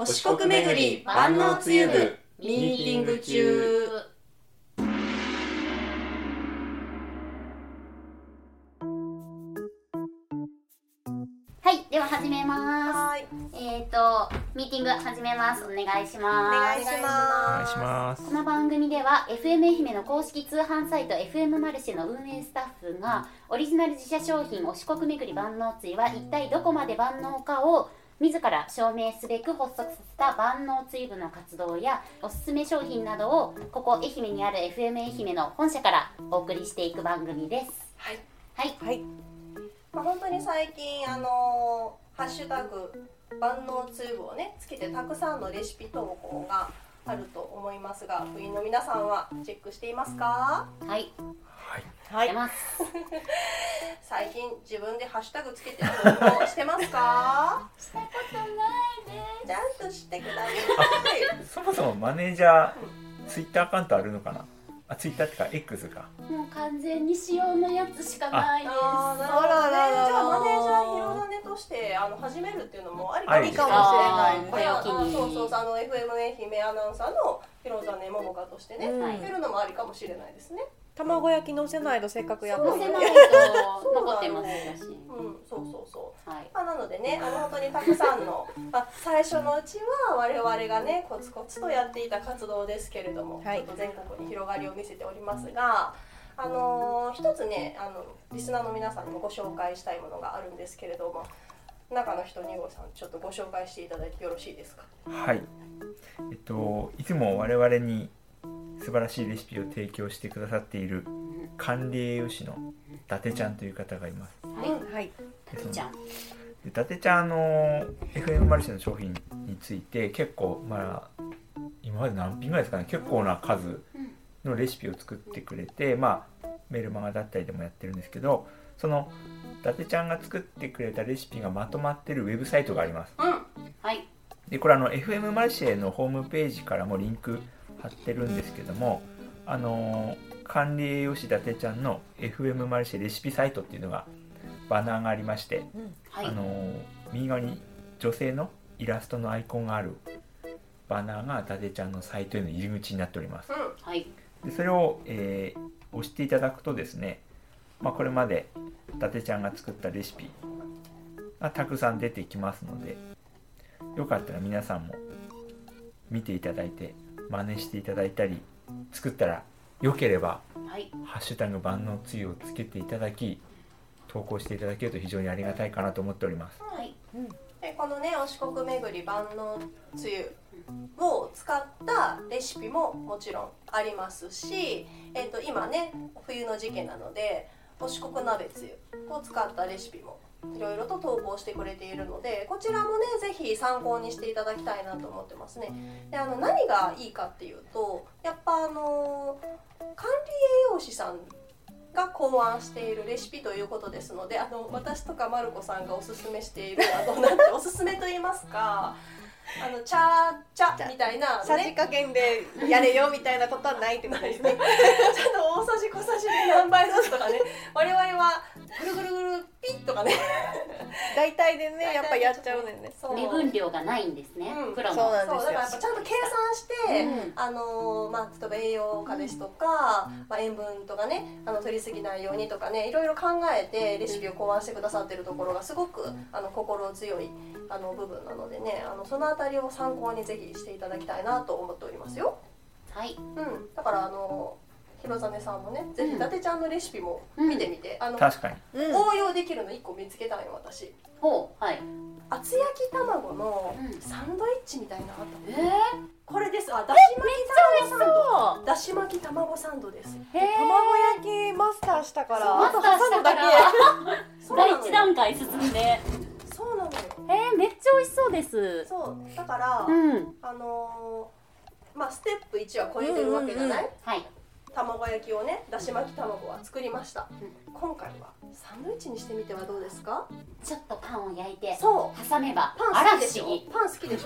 四国巡り万能つゆ部ミーティング中。 はい、では始めます。 はい。 ミーティング始めます。お願いします。 お願いします。 この番組では FM 愛媛の公式通販サイト FM マルシェの運営スタッフがオリジナル自社商品お四国巡り万能つゆは一体どこまで万能かを自ら証明すべく発足させた万能つゆ部の活動やおすすめ商品などをここ愛媛にある FM 愛媛の本社からお送りしていく番組です。 はいはい、 はい。本当に最近ハッシュタグ万能つゆ部をねつけてたくさんのレシピ投稿があると思いますが、部員の皆さんはチェックしていますか？ はいはい出ます最近自分でハッシュタグつけて投稿してますか？ したことないちゃんとしてください。 そもそもマネージャー、ツイッターアカウントあるのかなあ、ツイッターってか X か。 もう完全に仕様のやつしかないです。 あなるほどね。じゃあマネージャーひろざねとして始めるっていうのもありかもしれないですね。 これを機にそうFM 愛媛アナウンサーのひろざねももかとしてね、やるのもありかもしれないですね。 卵焼き乗せないとせっかくやった乗せないと残ってますし。 そう、 はい。 なのでね、本当にたくさんの、最初のうちは我々がねコツコツとやっていた活動ですけれども、ちょっと全国に広がりを見せておりますが、一つねリスナーの皆さんにもご紹介したいものがあるんですけれども、中の人2号さんちょっとご紹介していただいてよろしいですか？ はい。いつも我々に素晴らしいレシピを提供してくださっている管理栄養士の伊達ちゃんという方がいます。 はい。 で伊達ちゃん。 伊達ちゃんFM マルシェの商品について結構今まで何品ぐらいですかね、結構な数のレシピを作ってくれて、メルマガだったりでもやってるんですけど、その伊達ちゃんが作ってくれたレシピがまとまってるウェブサイトがあります。 はい。 でこれFM マルシェのホームページからもリンク貼ってるんですけども、管理栄養士伊達ちゃんの FM マルシェレシピサイトっていうのがバナーがありまして、右側に女性のイラストのアイコンがあるバナーが伊達ちゃんのサイトへの入り口になっております。でそれを、押していただくとですね、これまで伊達ちゃんが作ったレシピがたくさん出てきますので、よかったら皆さんも見ていただいて真似していただいたり、作ったらよければ、ハッシュタグ万能つゆをつけていただき投稿していただけると非常にありがたいかなと思っております。 このねお四国巡り万能つゆを使ったレシピももちろんありますし、今ね冬の時期なのでお四国鍋つゆを使ったレシピもいろいろと投稿してくれているので、こちらもねぜひ参考にしていただきたいなと思ってますね。で何がいいかっていうと、やっぱ管理栄養士さんが考案しているレシピということですので、私とかまる子さんがおすすめしているなんておすすめと言いますか、チャーチャみたいな、 さじ加減でやれよみたいなことはないってことですね。 ちゃんと大さじ小さじで何倍ずつとかね、我々はぐるぐるぐるピッとかね大体でねやっぱやっちゃうねんね。 目分量がないんですね。プロの。 そうなんですよ。 だからやっぱちゃんと計算して、例えば栄養価ですとか、塩分とかね取りすぎないようにとかね、いろいろ考えてレシピを考案してくださっているところがすごく心強い部分なのでね、そのあたりを参考にぜひしていただきたいなと思っておりますよ。だからひろざねさんもね、ぜひ伊達ちゃんのレシピも見てみて、 確かに、 応用できるの1個見つけたのよ私。厚焼き卵のサンドイッチみたいなのあったの。これです。だし巻き卵サンドです。 卵焼きマスターしたからマスターしたから第一段階進んで。 そうなのよ。 めっちゃ美味しそうです。 そうだからステップ1は超えてるわけじゃない。卵焼きをね、だし巻き卵は作りました。今回はサンドイッチにしてみてはどうですか？ ちょっとパンを焼いて挟めばパン好きでしょ？パン好きでしょ？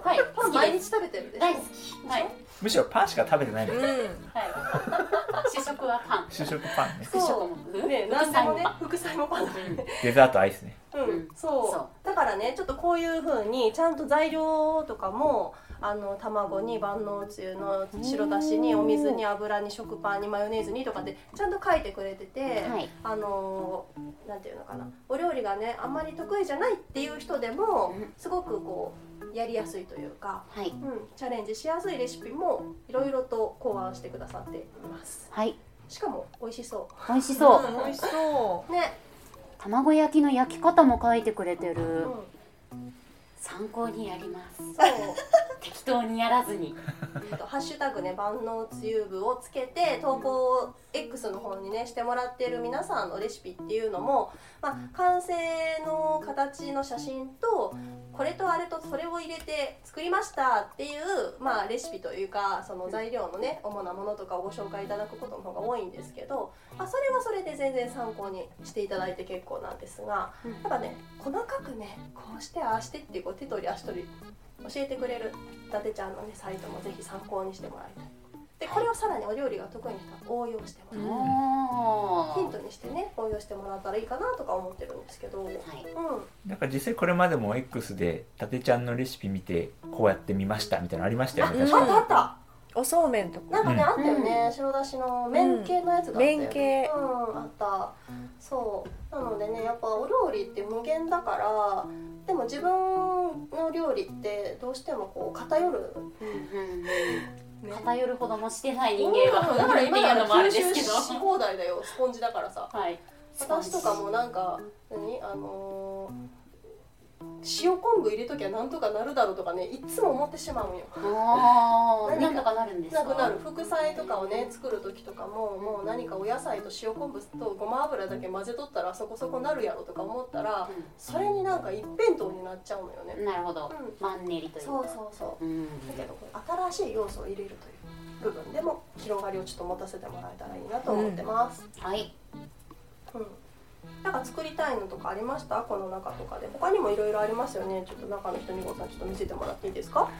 はい、 パン毎日食べてるでしょ。 大好き。はい。 むしろパンしか食べてないの、 うんはい。主食はパン。 主食パンね。 副食もね、なんでもね、副菜もパンだよね。 デザートアイスね。 うん、そうそうだからね、ちょっとこういう風にちゃんと材料とかも卵に万能つゆの白だしにお水に油に食パンにマヨネーズにとかってちゃんと書いてくれてて、 はい。 なんていうのかな、お料理がねあんまり得意じゃないっていう人でもうんすごくこうやりやすいというか、 はい。 チャレンジしやすいレシピもいろいろと考案してくださっています。 はい。 しかも美味しそ美味しそう。 美味しそうね、 卵焼きの焼き方も書いてくれてる。 うん参考にやります。 そう適当にやらずに。 ハッシュタグね、万能つゆ部をつけて投稿 X の方にねしてもらっている皆さんのレシピっていうのも、完成の形の写真とこれとあれとそれを入れて作りましたっていう、レシピというかその材料のね主なものとかをご紹介いただくことの方が多いんですけど、それはそれで全然参考にしていただいて結構なんですが、 うんやっぱね細かくねこうしてああしてっていうこう手取り足取り教えてくれる伊達ちゃんのねサイトもぜひ参考にしてもらいたい。でこれをさらにお料理が得意な人は応用してもらう、ヒンおトにしてね応用してもらったらいいかなとか思ってるんですけど、 はい。 なんか実際これまでも X で伊達ちゃんのレシピ見てこうやってみましたみたいなのありましたよね、確あかったあったおそうめんとかなんかね、あったよね、白だしの麺系のやつがあったよね、 麺系あったそうなのでね、やっぱお料理って無限だからでも自分の料理ってどうしてもこう偏る、 偏るほどもしてない人間がだから今っていうのもある吸収んですけど。 し放題だよ、スポンジだからさ。 はい。 私とかもなんか塩昆布入れときゃなんとかなるだろうとかね、いつも思ってしまうんよ。 なんとかなるんですか。 なくなる。副菜とかをね作る時とかももう何かお野菜と塩昆布とごま油だけ混ぜとったらそこそこなるやろとか思ったら、それになんか一辺倒になっちゃうのよね。 なるほど。マンネリというか。 そうそうそう。 うん。 だけどこれ新しい要素を入れるという部分でも広がりをちょっと持たせてもらえたらいいなと思ってます。 はい。 なんか作りたいのとかありました？この中とかで。他にもいろいろありますよね。ちょっと中の人にごさんちょっと見せてもらっていいですか？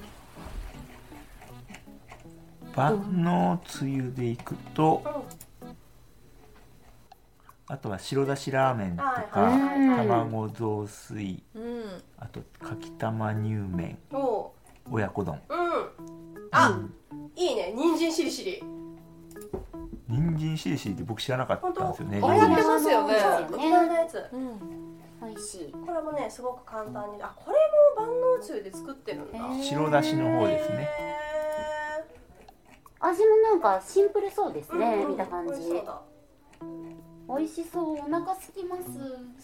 万能つゆでいくと、あとは白だしラーメンとか、卵雑炊、あとかきたま乳麺、親子丼。 いいね。人参しりしり。 人参しりしりって僕知らなかったんですよね。 あ、やってますよね。 沖縄のやつ。 美味しい。 これもねすごく簡単に、これも万能つゆで作ってるんだ。 白だしの方ですね。 味もなんかシンプルそうですね。見た感じ。美味しそう。お腹空きます。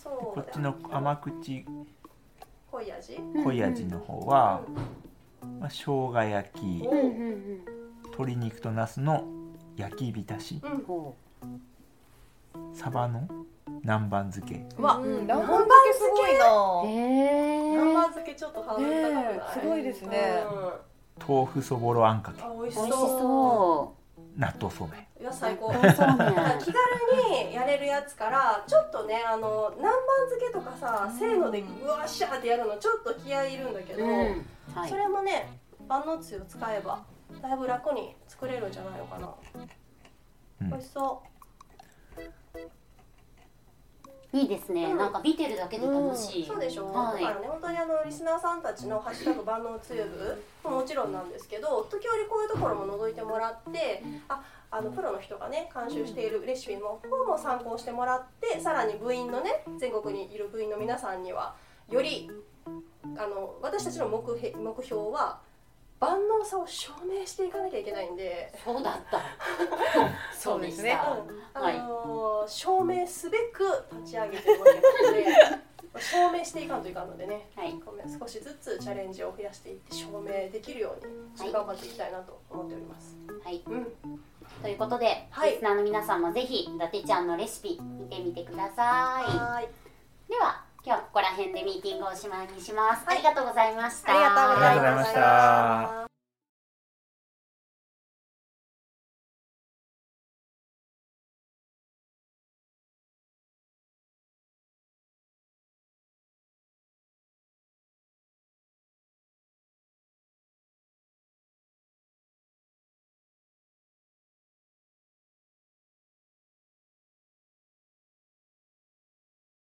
そう。 こっちの甘口濃い味。 濃い味の方は、生姜焼き、鶏肉とナスの焼き浸し、サバの南蛮漬け。 南蛮漬けすごいな。 南蛮漬けちょっとハードル高くない？ すごいですね。 豆腐そぼろあんかけ。 美味し美味しそう。 そ納豆そうめん。 いや最高。 う。そうめん。 気軽にやれるやつからちょっとね南蛮漬けとかさ、せーのでうわっしゃーってやるのちょっと気合いいるんだけど、それもね万能つゆを使えばだいぶ楽に作れるんじゃないのかな。美味しそう。 いいですね。なんか見てるだけで楽しい。 そうでしょ。 はい。 だからね本当にリスナーさんたちのハッシュタグ万能つゆ部ももちろんなんですけど、時折こういうところも覗いてもらって、プロの人がね監修しているレシピの方も参考してもらって、さらに部員のね全国にいる部員の皆さんにはより私たちの目標は万能さを証明していかなきゃいけないんで。 そうだった。そうですね。 証明すべく立ち上げてるわけなので証明していかんといかんのでね、少しずつチャレンジを増やしていって証明できるようにちょっと頑張っていきたいなと思っております。 はい。ということで、リスナーの皆さんもぜひ伊達ちゃんのレシピ見てみてください。では今日はここら辺でミーティングをおしまいにします。ありがとうございました。 ありがとうございました。